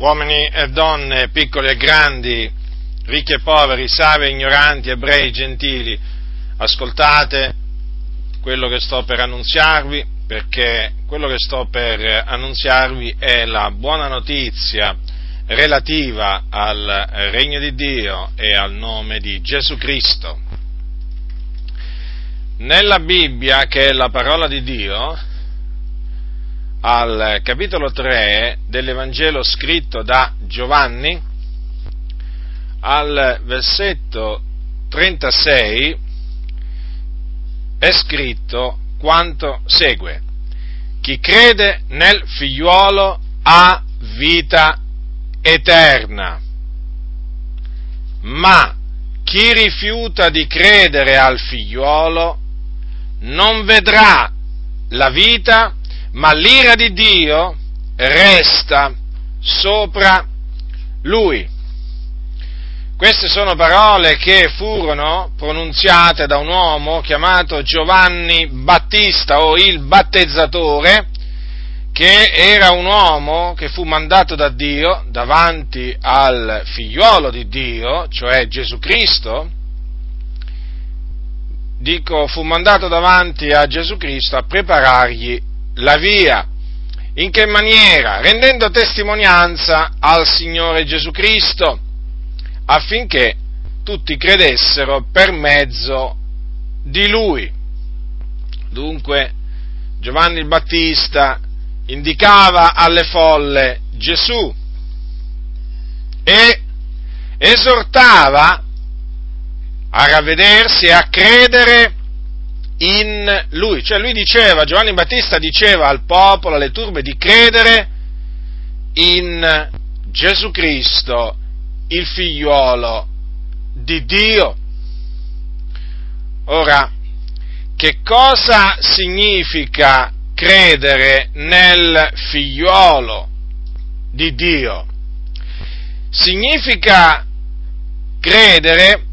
uomini e donne, piccoli e grandi, ricchi e poveri, savi e ignoranti, ebrei e gentili, ascoltate quello che sto per annunziarvi, perché quello che sto per annunziarvi è la buona notizia relativa al regno di Dio e al nome di Gesù Cristo. Nella Bibbia, che è la parola di Dio, al capitolo 3 dell'Evangelo scritto da Giovanni, al versetto 36, è scritto quanto segue: chi crede nel figliuolo ha vita eterna, ma chi rifiuta di credere al figliuolo non vedrà la vita, ma l'ira di Dio resta sopra lui. Queste sono parole che furono pronunziate da un uomo chiamato Giovanni Battista, o il battezzatore, che era un uomo che fu mandato da Dio davanti al figliuolo di Dio, cioè Gesù Cristo. Fu mandato davanti a Gesù Cristo a preparargli la via. In che maniera? Rendendo testimonianza al Signore Gesù Cristo, affinché tutti credessero per mezzo di Lui. Dunque, Giovanni il Battista indicava alle folle Gesù e esortava a ravvedersi e a credere in Lui. Cioè Giovanni Battista diceva al popolo, alle turbe, di credere in Gesù Cristo, il figliuolo di Dio. Ora, che cosa significa credere nel figliuolo di Dio? Significa credere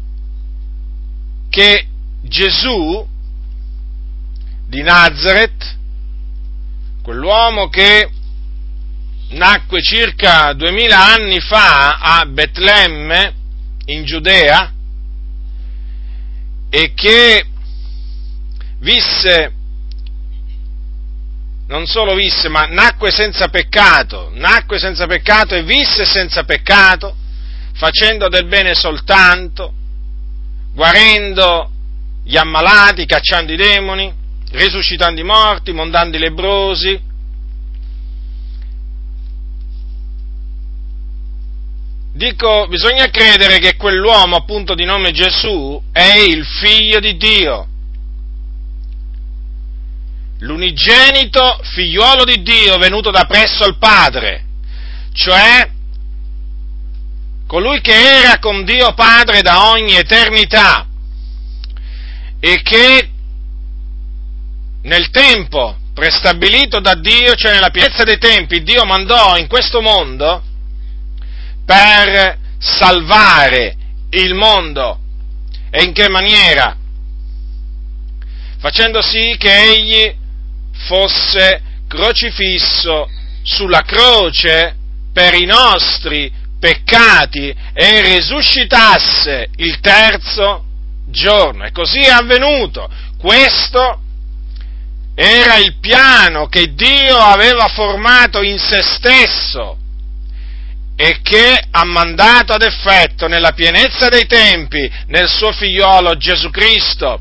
che Gesù di Nazaret, quell'uomo che nacque circa 2000 anni fa a Betlemme, in Giudea, e che non solo visse, ma nacque senza peccato e visse senza peccato, facendo del bene soltanto, guarendo gli ammalati, cacciando i demoni, risuscitando i morti, mondando i lebbrosi. Bisogna credere che quell'uomo, appunto di nome Gesù, è il figlio di Dio, l'unigenito figliuolo di Dio venuto da presso al Padre, cioè colui che era con Dio Padre da ogni eternità e che nel tempo prestabilito da Dio, cioè nella pienezza dei tempi, Dio mandò in questo mondo per salvare il mondo. E in che maniera? Facendo sì che egli fosse crocifisso sulla croce per i nostri peccati e risuscitasse il terzo giorno. E così è avvenuto. Questo era il piano che Dio aveva formato in se stesso e che ha mandato ad effetto nella pienezza dei tempi nel suo figliolo Gesù Cristo.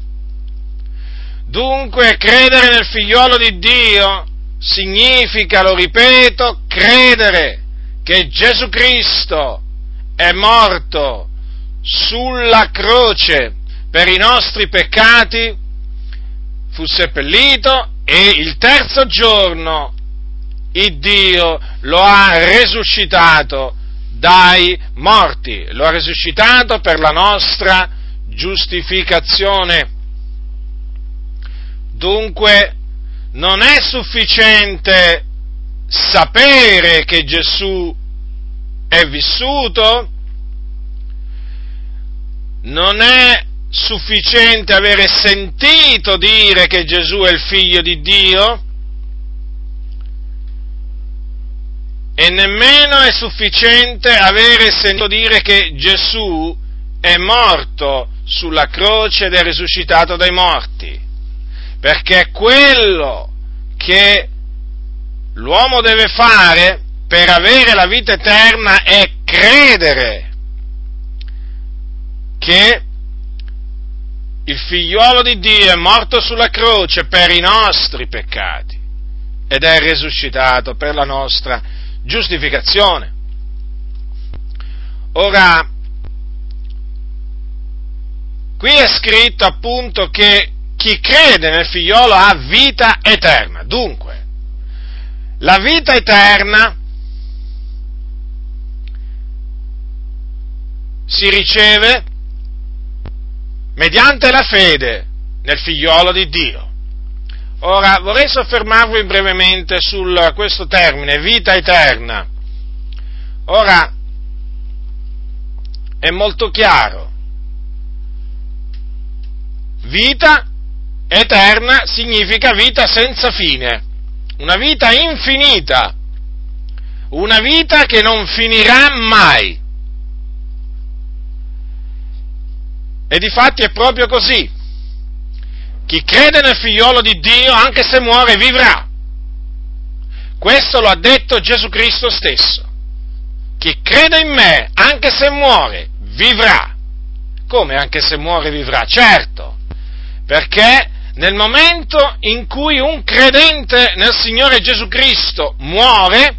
Dunque, credere nel figliolo di Dio significa, lo ripeto, credere che Gesù Cristo è morto sulla croce per i nostri peccati, fu seppellito e il terzo giorno il Dio lo ha risuscitato dai morti, lo ha risuscitato per la nostra giustificazione. Dunque, non è sufficiente sapere che Gesù è vissuto, non è sufficiente avere sentito dire che Gesù è il figlio di Dio, e nemmeno è sufficiente avere sentito dire che Gesù è morto sulla croce ed è risuscitato dai morti, perché quello che l'uomo deve fare per avere la vita eterna è credere che il figliuolo di Dio è morto sulla croce per i nostri peccati ed è risuscitato per la nostra giustificazione. Ora, qui è scritto appunto che chi crede nel figliolo ha vita eterna. Dunque, la vita eterna si riceve mediante la fede nel figliolo di Dio. Ora, vorrei soffermarvi brevemente su questo termine, vita eterna. Ora, è molto chiaro. Vita eterna significa vita senza fine, una vita infinita, una vita che non finirà mai. E difatti è proprio così. Chi crede nel figliolo di Dio, anche se muore, vivrà. Questo lo ha detto Gesù Cristo stesso. Chi crede in me, anche se muore, vivrà. Come anche se muore vivrà? Certo, perché nel momento in cui un credente nel Signore Gesù Cristo muore,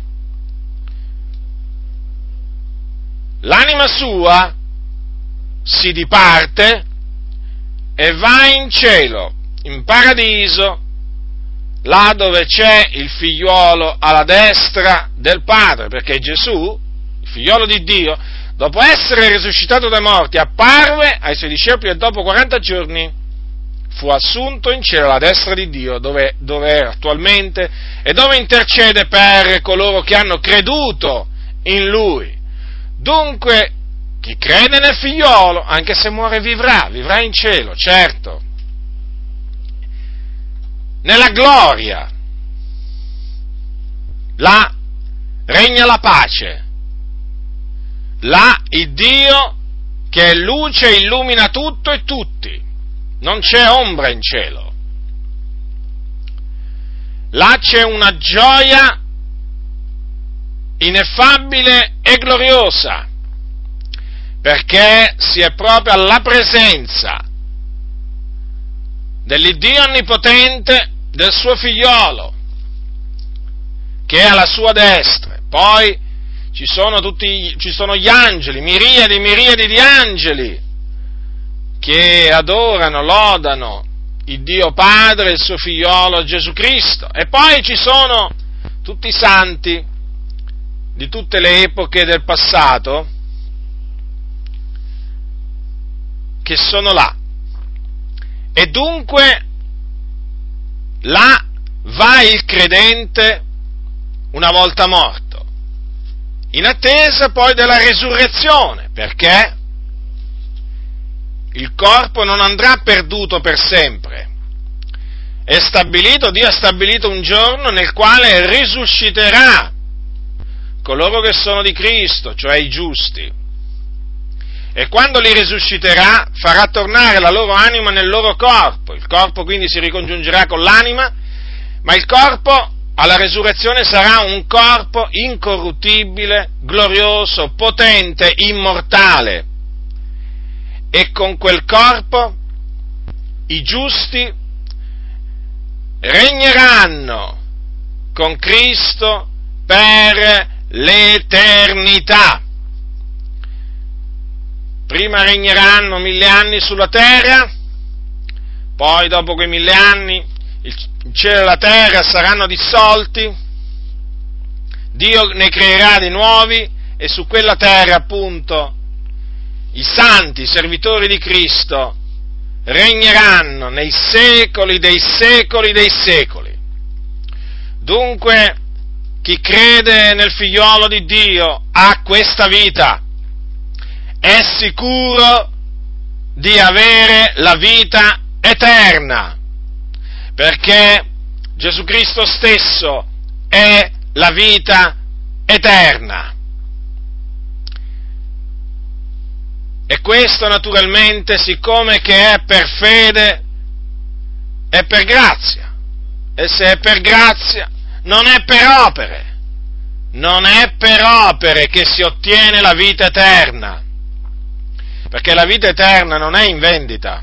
l'anima sua si diparte e va in cielo, in paradiso, là dove c'è il figliuolo alla destra del Padre, perché Gesù, il figliuolo di Dio, dopo essere risuscitato dai morti, apparve ai suoi discepoli e dopo 40 giorni fu assunto in cielo alla destra di Dio, dove è attualmente e dove intercede per coloro che hanno creduto in Lui. Dunque, chi crede nel figliolo, anche se muore vivrà in cielo, certo. Nella gloria, là regna la pace, là il Dio che è luce illumina tutto e tutti, non c'è ombra in cielo. Là c'è una gioia ineffabile e gloriosa, perché si è proprio alla presenza dell'Iddio onnipotente, del suo figliolo, che è alla sua destra. Poi ci sono gli angeli, miriadi e miriadi di angeli, che adorano, lodano il Dio Padre e il suo figliolo Gesù Cristo. E poi ci sono tutti i santi di tutte le epoche del passato, che sono là, e dunque là va il credente una volta morto, in attesa poi della resurrezione, perché il corpo non andrà perduto per sempre. Dio ha stabilito un giorno nel quale risusciterà coloro che sono di Cristo, cioè i giusti. E quando li risusciterà, farà tornare la loro anima nel loro corpo. Il corpo quindi si ricongiungerà con l'anima, ma il corpo alla resurrezione sarà un corpo incorruttibile, glorioso, potente, immortale. E con quel corpo i giusti regneranno con Cristo per l'eternità. Prima regneranno 1000 anni sulla terra, poi dopo quei 1000 anni il cielo e la terra saranno dissolti, Dio ne creerà di nuovi e su quella terra appunto i santi, i servitori di Cristo, regneranno nei secoli dei secoli dei secoli. Dunque, chi crede nel figliolo di Dio ha questa vita, è sicuro di avere la vita eterna, perché Gesù Cristo stesso è la vita eterna. E questo naturalmente, siccome che è per fede, è per grazia. E se è per grazia, non è per opere. Non è per opere che si ottiene la vita eterna. Perché la vita eterna non è in vendita.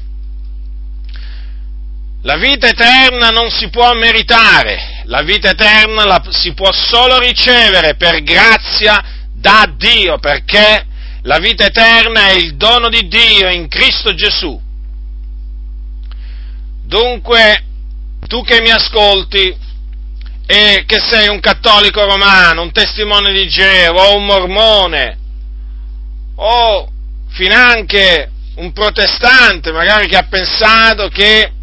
La vita eterna non si può meritare. La vita eterna la si può solo ricevere per grazia da Dio, perché la vita eterna è il dono di Dio in Cristo Gesù. Dunque, tu che mi ascolti e che sei un cattolico romano, un testimone di Geova, o un mormone, o finanche un protestante, magari che ha pensato che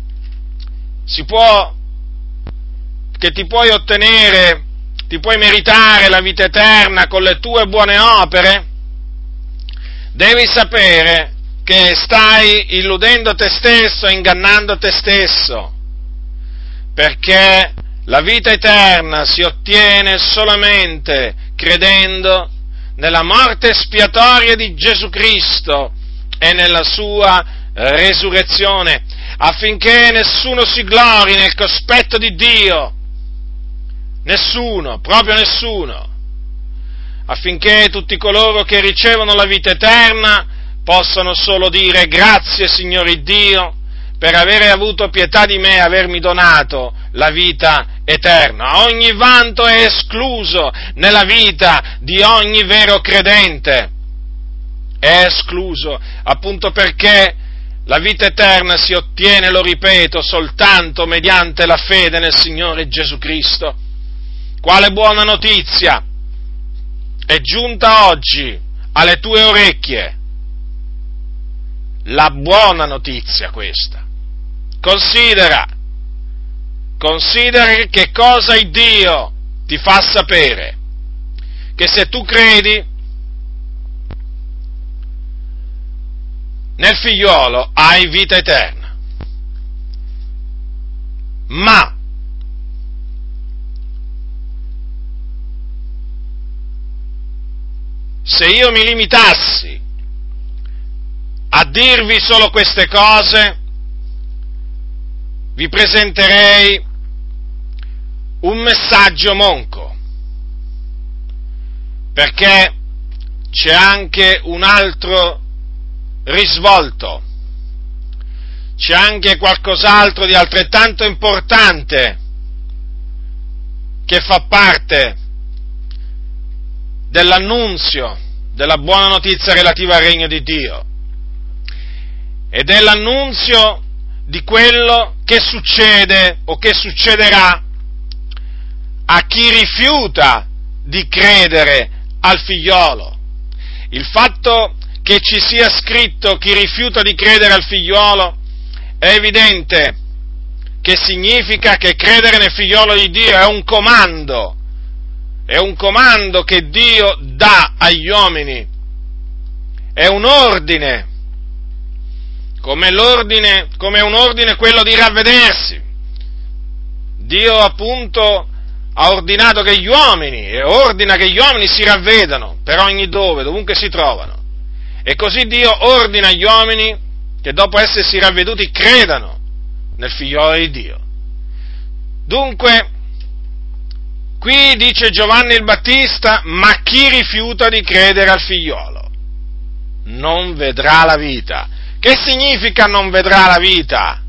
ti puoi ottenere, ti puoi meritare la vita eterna con le tue buone opere, devi sapere che stai illudendo te stesso, ingannando te stesso, perché la vita eterna si ottiene solamente credendo nella morte espiatoria di Gesù Cristo e nella sua resurrezione, affinché nessuno si glori nel cospetto di Dio, nessuno, proprio nessuno, affinché tutti coloro che ricevono la vita eterna possano solo dire: grazie Signore Dio per avere avuto pietà di me e avermi donato la vita eterna. Ogni vanto è escluso nella vita di ogni vero credente, è escluso, appunto perché la vita eterna si ottiene, lo ripeto, soltanto mediante la fede nel Signore Gesù Cristo. Quale buona notizia è giunta oggi alle tue orecchie? La buona notizia questa. Considera che cosa il Dio ti fa sapere, che se tu credi nel figliolo hai vita eterna. Ma se io mi limitassi a dirvi solo queste cose, vi presenterei un messaggio monco, perché c'è anche un altro risvolto, c'è anche qualcos'altro di altrettanto importante che fa parte dell'annunzio della buona notizia relativa al regno di Dio, ed è l'annunzio di quello che succede o che succederà a chi rifiuta di credere al figliolo. Il fatto che ci sia scritto chi rifiuta di credere al figliolo è evidente che significa che credere nel figliolo di Dio è un comando che Dio dà agli uomini, è un ordine, come un ordine quello di ravvedersi. Dio appunto ha ordinato che gli uomini, e ordina che gli uomini si ravvedano per ogni dovunque si trovano. E così Dio ordina agli uomini che dopo essersi ravveduti credano nel figliolo di Dio. Dunque, qui dice Giovanni il Battista: ma chi rifiuta di credere al figliolo non vedrà la vita. Che significa non vedrà la vita?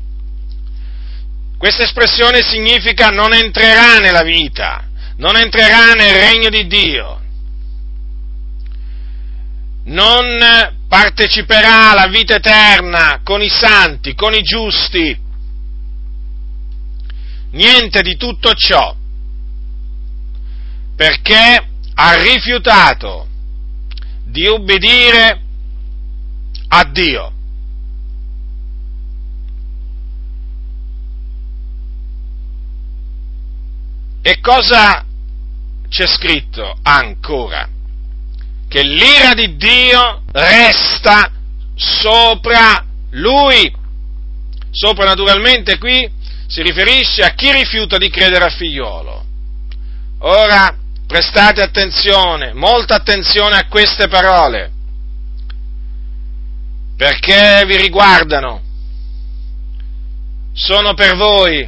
Questa espressione significa non entrerà nella vita, non entrerà nel regno di Dio, non parteciperà alla vita eterna con i santi, con i giusti, niente di tutto ciò, perché ha rifiutato di obbedire a Dio. E cosa c'è scritto ancora? Che l'ira di Dio resta sopra lui. Sopra, naturalmente, qui si riferisce a chi rifiuta di credere al figliolo. Ora, prestate attenzione, molta attenzione a queste parole, perché vi riguardano, sono per voi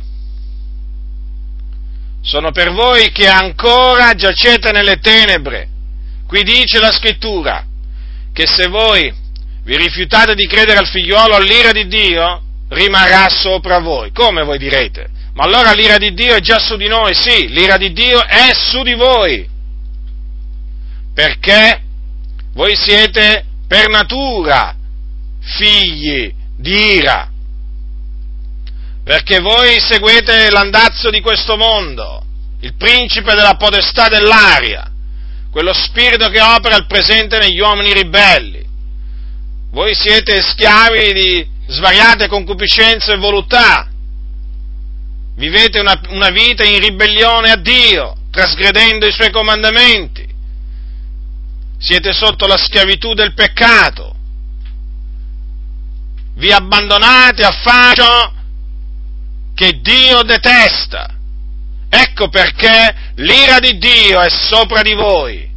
che ancora giacete nelle tenebre. Qui dice la Scrittura che se voi vi rifiutate di credere al figliuolo, l'ira di Dio rimarrà sopra voi. Come voi direte? Ma allora l'ira di Dio è già su di noi? Sì, l'ira di Dio è su di voi, perché voi siete per natura figli di ira, perché voi seguete l'andazzo di questo mondo, il principe della potestà dell'aria, quello spirito che opera al presente negli uomini ribelli. Voi siete schiavi di svariate concupiscenze e voluttà, vivete una vita in ribellione a Dio, trasgredendo i Suoi comandamenti, siete sotto la schiavitù del peccato, vi abbandonate a fare ciò che Dio detesta. Ecco perché l'ira di Dio è sopra di voi.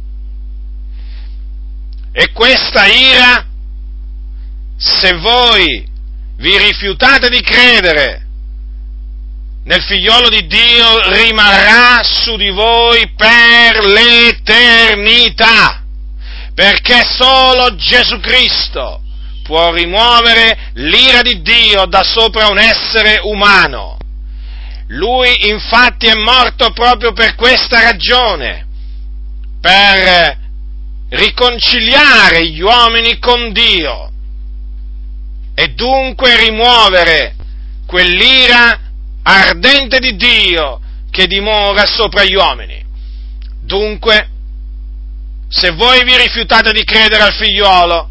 E questa ira, se voi vi rifiutate di credere nel figliolo di Dio, rimarrà su di voi per l'eternità, perché solo Gesù Cristo può rimuovere l'ira di Dio da sopra un essere umano. Lui infatti è morto proprio per questa ragione, per riconciliare gli uomini con Dio e dunque rimuovere quell'ira ardente di Dio che dimora sopra gli uomini. Dunque, se voi vi rifiutate di credere al figliuolo,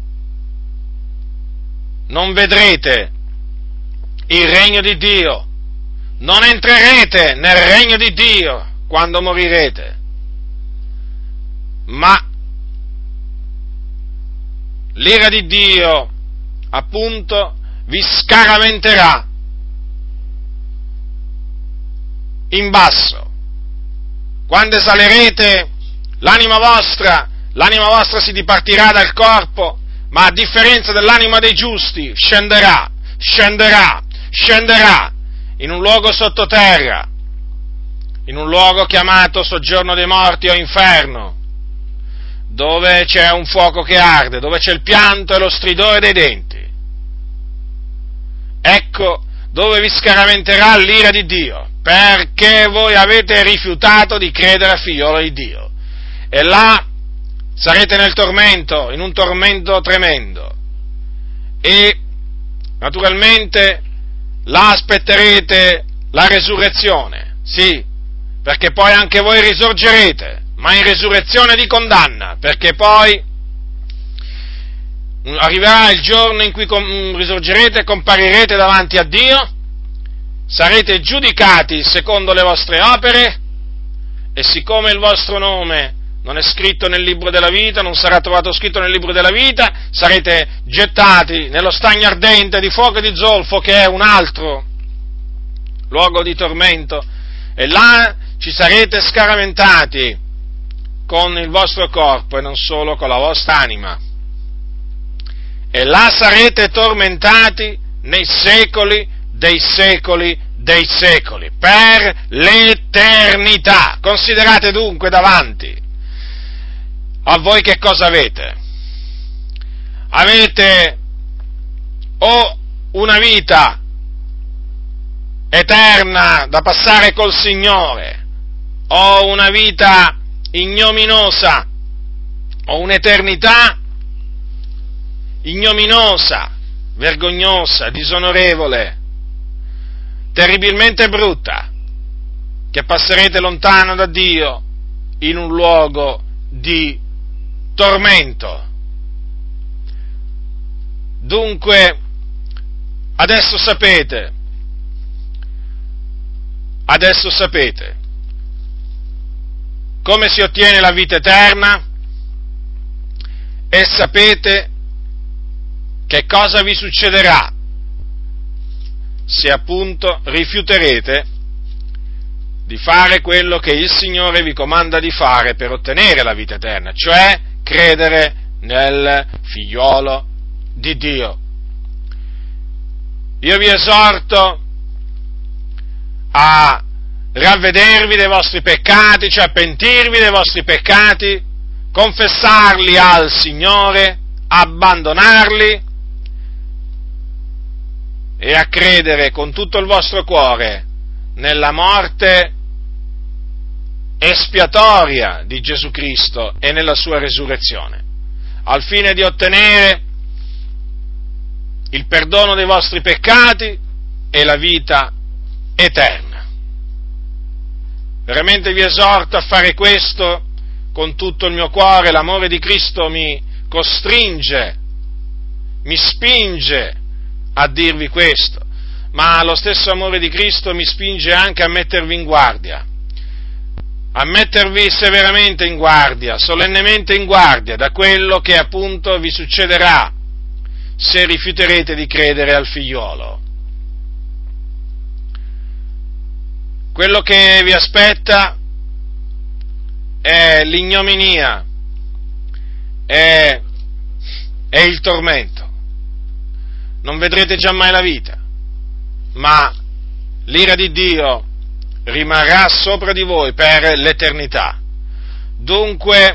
non vedrete il regno di Dio, non entrerete nel regno di Dio quando morirete, ma l'ira di Dio, appunto, vi scaraventerà in basso. Quando esalerete, l'anima vostra si dipartirà dal corpo, ma a differenza dell'anima dei giusti scenderà in un luogo sottoterra, in un luogo chiamato soggiorno dei morti o inferno, dove c'è un fuoco che arde, dove c'è il pianto e lo stridore dei denti. Ecco dove vi scaraventerà l'ira di Dio, perché voi avete rifiutato di credere al figliolo di Dio. E là sarete nel tormento, in un tormento tremendo. E naturalmente là aspetterete la resurrezione, sì, perché poi anche voi risorgerete, ma in resurrezione di condanna, perché poi arriverà il giorno in cui risorgerete e comparirete davanti a Dio, sarete giudicati secondo le vostre opere, e siccome il vostro nome non è scritto nel libro della vita, non sarà trovato scritto nel libro della vita, sarete gettati nello stagno ardente di fuoco e di zolfo, che è un altro luogo di tormento, e là ci sarete scaraventati con il vostro corpo e non solo con la vostra anima. E là sarete tormentati nei secoli dei secoli dei secoli, per l'eternità. Considerate dunque davanti a voi che cosa avete? Avete o una vita eterna da passare col Signore, o una vita ignominosa, o un'eternità ignominosa, vergognosa, disonorevole, terribilmente brutta, che passerete lontano da Dio in un luogo di tormento. Dunque, adesso sapete come si ottiene la vita eterna e sapete che cosa vi succederà se appunto rifiuterete di fare quello che il Signore vi comanda di fare per ottenere la vita eterna, cioè credere nel Figliolo di Dio. Io vi esorto a ravvedervi dei vostri peccati, cioè a pentirvi dei vostri peccati, confessarli al Signore, abbandonarli e a credere con tutto il vostro cuore nella morte espiatoria di Gesù Cristo e nella sua resurrezione, al fine di ottenere il perdono dei vostri peccati e la vita eterna. Veramente vi esorto a fare questo con tutto il mio cuore. L'amore di Cristo mi costringe, mi spinge a dirvi questo, ma lo stesso amore di Cristo mi spinge anche a mettervi in guardia, a mettervi severamente in guardia, solennemente in guardia da quello che appunto vi succederà se rifiuterete di credere al Figliolo. Quello che vi aspetta è l'ignominia, è il tormento. Non vedrete giammai la vita, ma l'ira di Dio rimarrà sopra di voi per l'eternità. Dunque,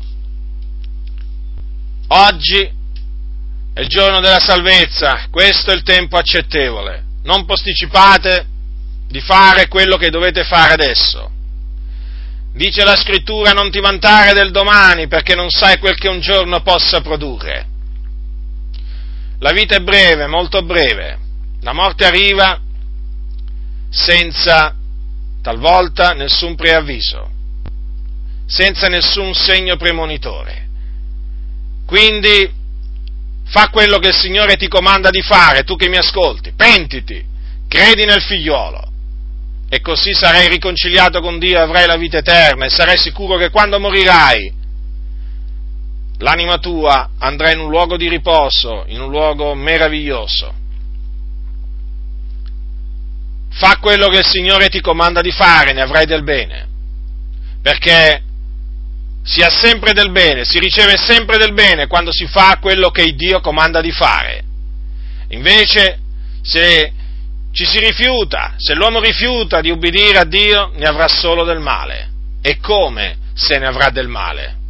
oggi è il giorno della salvezza, questo è il tempo accettevole. Non posticipate di fare quello che dovete fare adesso. Dice la Scrittura: non ti vantare del domani, perché non sai quel che un giorno possa produrre. La vita è breve, molto breve. La morte arriva senza, talvolta, nessun preavviso, senza nessun segno premonitore. Quindi, fa quello che il Signore ti comanda di fare, tu che mi ascolti, pentiti, credi nel Figliolo, e così sarai riconciliato con Dio e avrai la vita eterna, e sarai sicuro che quando morirai, l'anima tua andrà in un luogo di riposo, in un luogo meraviglioso. Fa quello che il Signore ti comanda di fare, ne avrai del bene, perché si ha sempre del bene, si riceve sempre del bene quando si fa quello che Dio comanda di fare. Invece, se ci si rifiuta, se l'uomo rifiuta di ubbidire a Dio, ne avrà solo del male. E come se ne avrà del male?